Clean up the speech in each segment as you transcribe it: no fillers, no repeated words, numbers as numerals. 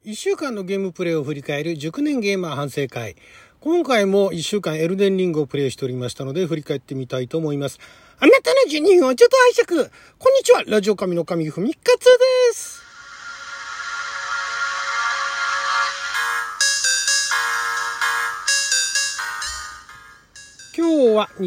1週間のゲームプレイを振り返る熟年ゲーマー反省会。今回も1週間エルデンリングをプレイしておりましたので振り返ってみたいと思います。あなたの12分をちょっと拝借。こんにちは、ラジオ神の神ふみかつです。今日は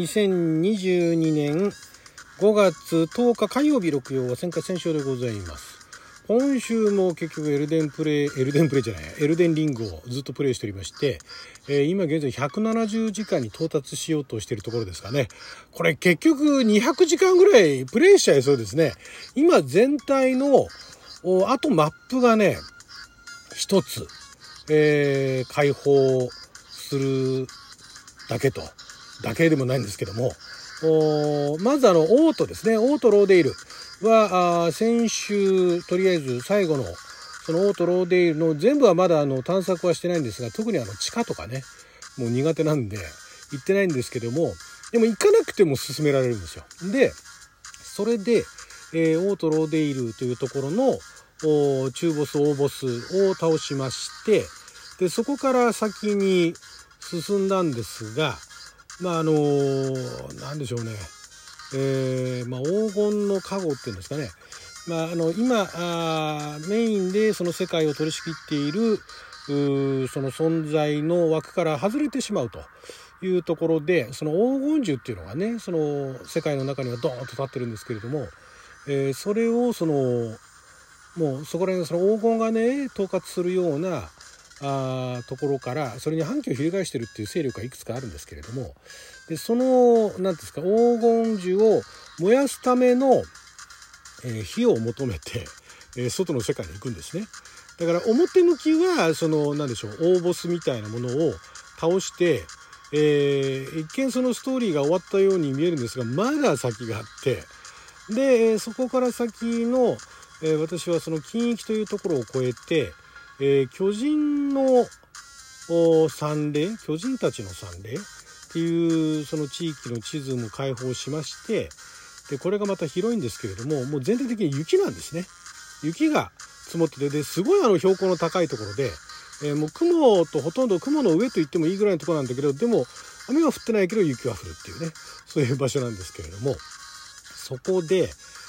2022年5月10日火曜日、6曜は先回先週でございます。今週も結局エルデンリングをずっとプレイしておりまして、今現在170時間に到達しようとしているところですかね。これ結局200時間ぐらいプレイしちゃいそうですね。今全体のあとマップがね一つ、開放するだけでもないんですけども、まずオートですね。オートローデイルは先週とりあえず最後のそのオートローデイルの全部はまだ探索はしてないんですが、特に地下とかねもう苦手なんで行ってないんですけども、でも行かなくても進められるんですよ。でそれで、オートローデイルというところの中ボス大ボスを倒しまして、でそこから先に進んだんですが、なんでしょうね、黄金の加護っていうんですかね、今メインでその世界を取り仕切っているその存在の枠から外れてしまうというところで、その黄金銃っていうのがねその世界の中にはドーンと立ってるんですけれども、それをもうそこら辺のその黄金がね統括するようなところからそれに反旗を翻してるっていう勢力がいくつかあるんですけれども、でその何ですか黄金樹を燃やすための、火を求めて、外の世界に行くんですね。だから表向きはその何でしょう大ボスみたいなものを倒して、一見そのストーリーが終わったように見えるんですが、まだ先があって、でそこから先の、私はその金域というところを越えて巨人の参礼、巨人たちの参礼っていうその地域の地図も開放しまして、でこれがまた広いんですけれども、もう全体的に雪なんですね。雪が積もってて、ですごい標高の高いところで、もう雲とほとんど雲の上と言ってもいいぐらいのところなんだけど、でも雨は降ってないけど雪は降るっていうね、そういう場所なんですけれども、そこで、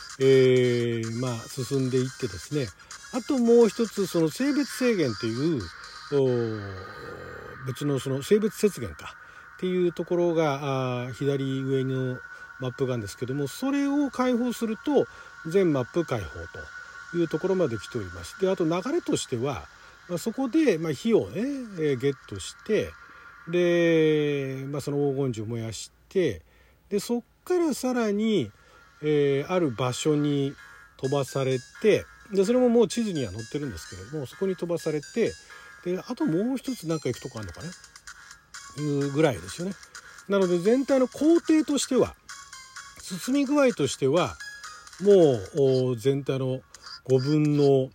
進んでいってですね、あともう一つその性別制限という別のその性別節減かっていうところが左上のマップがあるんですけども、それを開放すると全マップ開放というところまで来ております。であと流れとしては、そこで火をね、ゲットして、で、その黄金樹を燃やして、でそっからさらに、ある場所に飛ばされて、でそれももう地図には載ってるんですけれども、そこに飛ばされて、であともう一つなんか行くとこあるのかないうぐらいですよね。なので全体の工程としては、進み具合としてはもう全体の5分の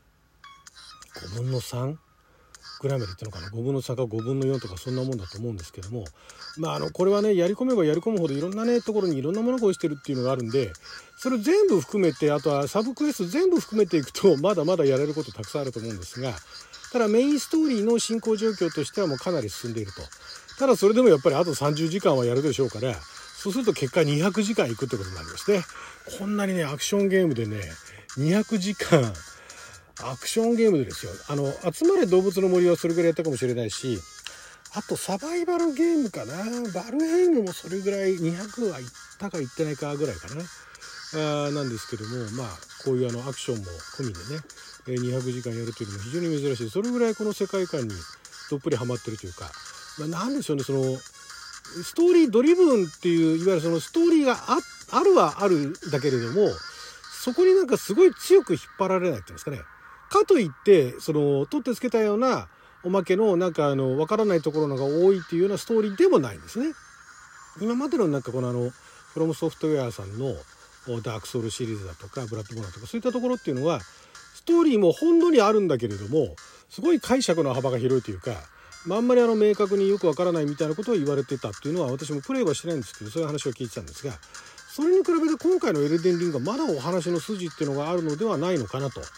3ぐらいまでいったのかな、5分の3か5分の4とかそんなもんだと思うんですけども、これはねやり込めばやり込むほどいろんなねところにいろんなものが落ちてるっていうのがあるんで、それ全部含めて、あとはサブクエスト全部含めていくとまだまだやれることたくさんあると思うんですが、ただメインストーリーの進行状況としてはもうかなり進んでいると。ただそれでもやっぱりあと30時間はやるでしょうから、そうすると結果200時間いくってことになりますね。こんなにねアクションゲームでね200時間アクションゲームでですよ。集まれ動物の森はそれぐらいやったかもしれないし、あとサバイバルゲームかな、バルヘイムもそれぐらい200はいったかいってないかぐらいかななんですけども、こういうアクションも込みでね200時間やるというのも非常に珍しい。それぐらいこの世界観にどっぷりハマってるというか、なんでしょうね、そのストーリードリブンっていういわゆるそのストーリーがあるはあるだけれども、そこになんかすごい強く引っ張られないっていうんですかね。かといってその取ってつけたようなおまけのなんかわからないところのが多いっていうようなストーリーでもないんですね。今までのなんかこのフロムソフトウェアさんのダークソウルシリーズだとかブラッドボーナーとかそういったところっていうのはストーリーもほんのりあるんだけれども、すごい解釈の幅が広いというか、あんまり明確によくわからないみたいなことを言われてたっていうのは、私もプレイはしてないんですけどそういう話を聞いてたんですが、それに比べて今回のエルデンリングはまだお話の筋っていうのがあるのではないのかなと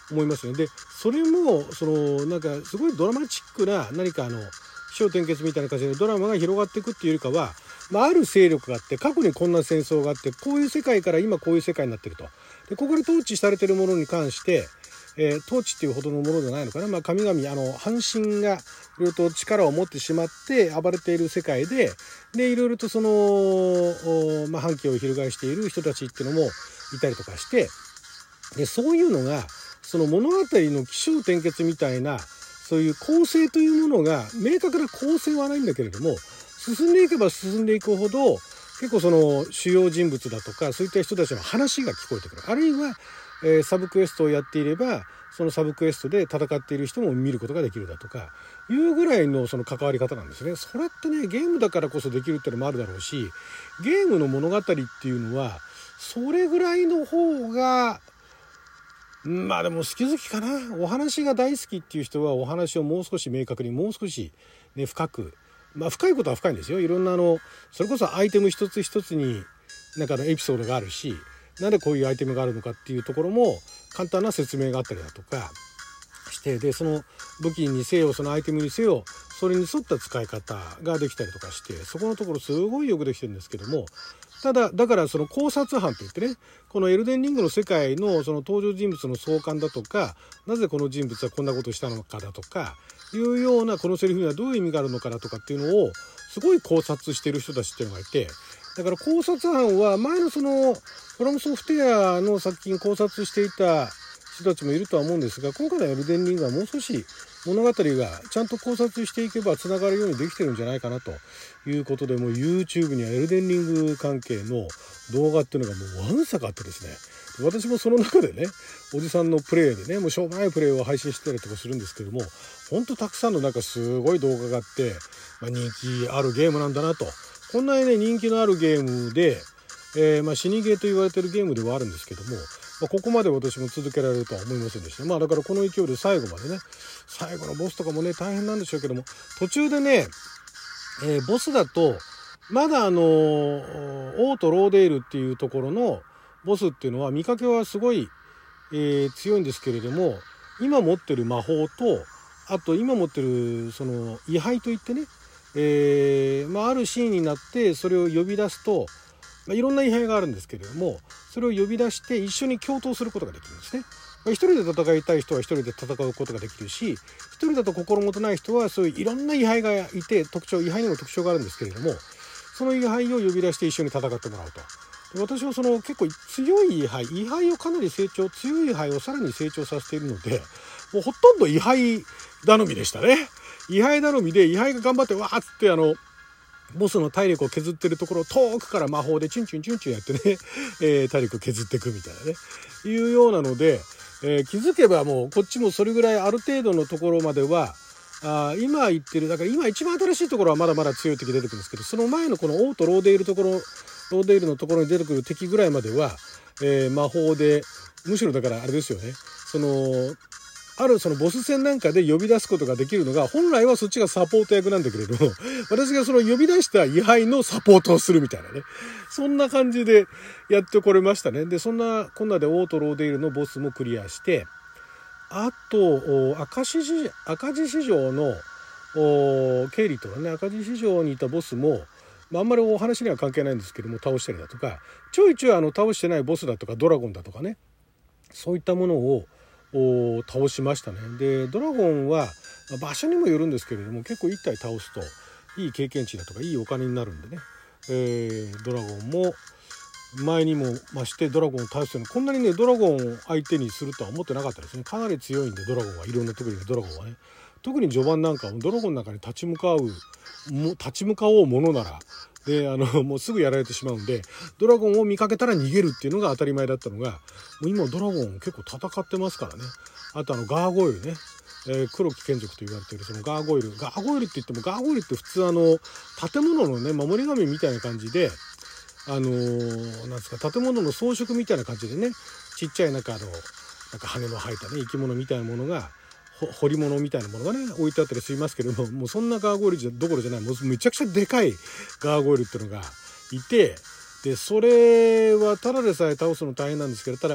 思いますね。でそれもなんかすごいドラマチックな何か起承転結みたいな感じでドラマが広がっていくっていうよりかは、ある勢力があって、過去にこんな戦争があって、こういう世界から今こういう世界になってると。でここで統治されてるものに関して、統治っていうほどのものじゃないのかな、神々半神がいろいろと力を持ってしまって暴れている世界で、いろいろと反旗を翻している人たちっていうのもいたりとかして、でそういうのがその物語の起承転結みたいなそういう構成というものが明確な構成はないんだけれども、進んでいけば進んでいくほど結構主要人物だとかそういった人たちの話が聞こえてくる。あるいは、サブクエストをやっていればそのサブクエストで戦っている人も見ることができるだとかいうぐらいの関わり方なんですね。それってねゲームだからこそできるっていうのもあるだろうし、ゲームの物語っていうのはそれぐらいの方がでも好き好きかな。お話が大好きっていう人はお話をもう少し明確にもう少し、ね、深く、深いことは深いんですよ。いろんなそれこそアイテム一つ一つにエピソードがあるし、なんでこういうアイテムがあるのかっていうところも簡単な説明があったりだとかして、でその武器にせよそのアイテムにせよそれに沿った使い方ができたりとかして、そこのところすごいよくできてるんですけども、だから考察班といってね、このエルデンリングの世界の登場人物の相関だとか、なぜこの人物はこんなことをしたのかだとかいうような、このセリフにはどういう意味があるのかだとかっていうのをすごい考察している人たちっていうのがいて、だから考察班は前のフロムソフトウェアの作品考察していた人たちもいるとは思うんですが、今回のエルデンリングはもう少し物語がちゃんと考察していけばつながるようにできてるんじゃないかなということで、もう YouTube にはエルデンリング関係の動画っていうのがもうわんさかあってですね、私もその中でねおじさんのプレイでねもうしょうもないプレイを配信してたりとかするんですけども、ほんとたくさんのすごい動画があって、人気あるゲームなんだなと。こんなにね人気のあるゲームで、死にゲーと言われてるゲームではあるんですけども、ここまで私も続けられるとは思いませんでした。だからこの勢いで最後までね、最後のボスとかもね大変なんでしょうけども、途中でね、ボスだとまだオートローデールっていうところのボスっていうのは見かけはすごい、強いんですけれども、今持ってる魔法とあと今持ってる位牌といってね、あるシーンになってそれを呼び出すと、いろんな位牌があるんですけれども、それを呼び出して一緒に共闘することができるんですね。一人で戦いたい人は一人で戦うことができるし、一人だと心もとない人はそういういろんな位牌がいて、位牌にも特徴があるんですけれども、その位牌を呼び出して一緒に戦ってもらうと。で私は結構強い位牌をかなり強い位牌をさらに成長させているので、もうほとんど位牌頼みでしたね。位牌頼みで位牌が頑張ってわーっつってボスの体力を削ってるところを遠くから魔法でチュンチュンチュンチュンやってね、体力を削っていくみたいなねいうようなので、気づけばもうこっちもそれぐらいある程度のところまでは今言ってる、だから今一番新しいところはまだまだ強い敵出てくるんですけど、その前のこのオートローデールのところに出てくる敵ぐらいまでは、魔法で、むしろだからあれですよね、あるボス戦なんかで呼び出すことができるのが、本来はそっちがサポート役なんだけれども、私が呼び出した位牌のサポートをするみたいなね、そんな感じでやってこれましたね。でそんなこんなでオートローデールのボスもクリアして、あと赤字市場の経理とかね、赤字市場にいたボスも、あんまりお話には関係ないんですけども倒したりだとか、ちょいちょい倒してないボスだとかドラゴンだとかね、そういったものを倒しましたね。でドラゴンは場所にもよるんですけれども、結構1体倒すといい経験値だとかいいお金になるんでね、ドラゴンも前にも増してドラゴンを倒すように、こんなにねドラゴンを相手にするとは思ってなかったですね。かなり強いんでドラゴンはいろんな、特にドラゴンはね、特に序盤なんかドラゴンの中に立ち向かおうものならでもうすぐやられてしまうんで、ドラゴンを見かけたら逃げるっていうのが当たり前だったのが、もう今ドラゴン結構戦ってますからね。あとガーゴイルね、黒き眷属と言われているそのガーゴイルって言っても、ガーゴイルって普通建物のね守り神みたいな感じで、なんですか、建物の装飾みたいな感じでね、ちっちゃいなんか羽の生えたね生き物みたいなものが、彫り物みたいなものがね置いてあったりしますけれども、もうそんなガーゴイルどころじゃない、もうめちゃくちゃでかいガーゴイルっていうのがいて、でそれはただでさえ倒すの大変なんですけど、ただ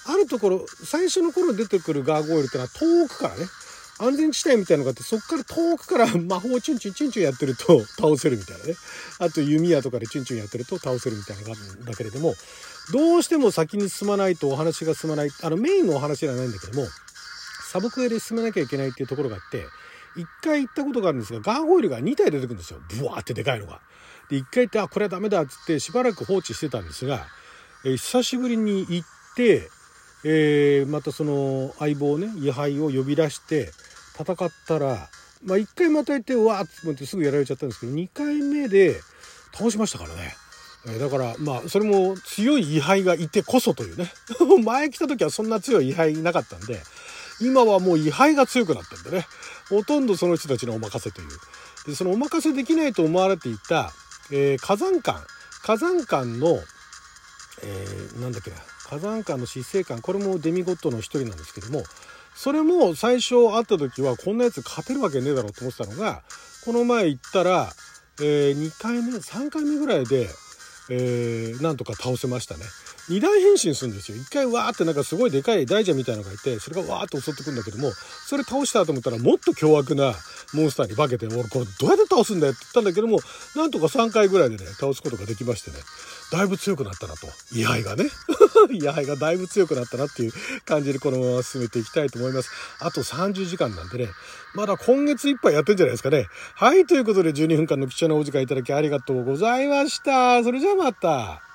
あるところ最初の頃出てくるガーゴイルってのは遠くからね、安全地帯みたいなのがあって、そこから遠くから魔法をチュンチュンチュンチュンやってると倒せるみたいなね。あと弓矢とかでチュンチュンやってると倒せるみたいなのがあるんだけれども、どうしても先に進まないとお話が進まない、メインのお話ではないんだけども、サブクエで進めなきゃいけないっていうところがあって、一回行ったことがあるんですが、ガーゴイルが2体出てくるんですよ。ブワーってでかいのが。で、一回行って、これはダメだっつってしばらく放置してたんですが、久しぶりに行って、またその相棒ね、位牌を呼び出して戦ったら、1回また行ってうわーって思ってすぐやられちゃったんですけど、2回目で倒しましたからね。だからそれも強い位牌がいてこそというね前来た時はそんな強い位牌なかったんで、今はもう位牌が強くなったんでね、ほとんどその人たちのお任せという。で、そのお任せできないと思われていた、火山館のなんだっけな、火山館の執政官、これもデミゴッドの一人なんですけども、それも最初会った時はこんなやつ勝てるわけねえだろうと思ってたのが、この前行ったら、2回目3回目ぐらいで、なんとか倒せましたね。2大変身するんですよ。1回わーってなんかすごいでかい大蛇みたいなのがいて、それがわーって襲ってくるんだけども、それ倒したと思ったらもっと凶悪なモンスターに化けて、俺これどうやって倒すんだよって言ったんだけども、なんとか3回ぐらいでね倒すことができましてね、だいぶ強くなったなと、位牌がね位牌がだいぶ強くなったなっていう感じでこのまま進めていきたいと思います。あと30時間なんでね、まだ今月いっぱいやってんじゃないですかね。はい、ということで12分間の貴重なお時間いただきありがとうございました。それじゃあまた。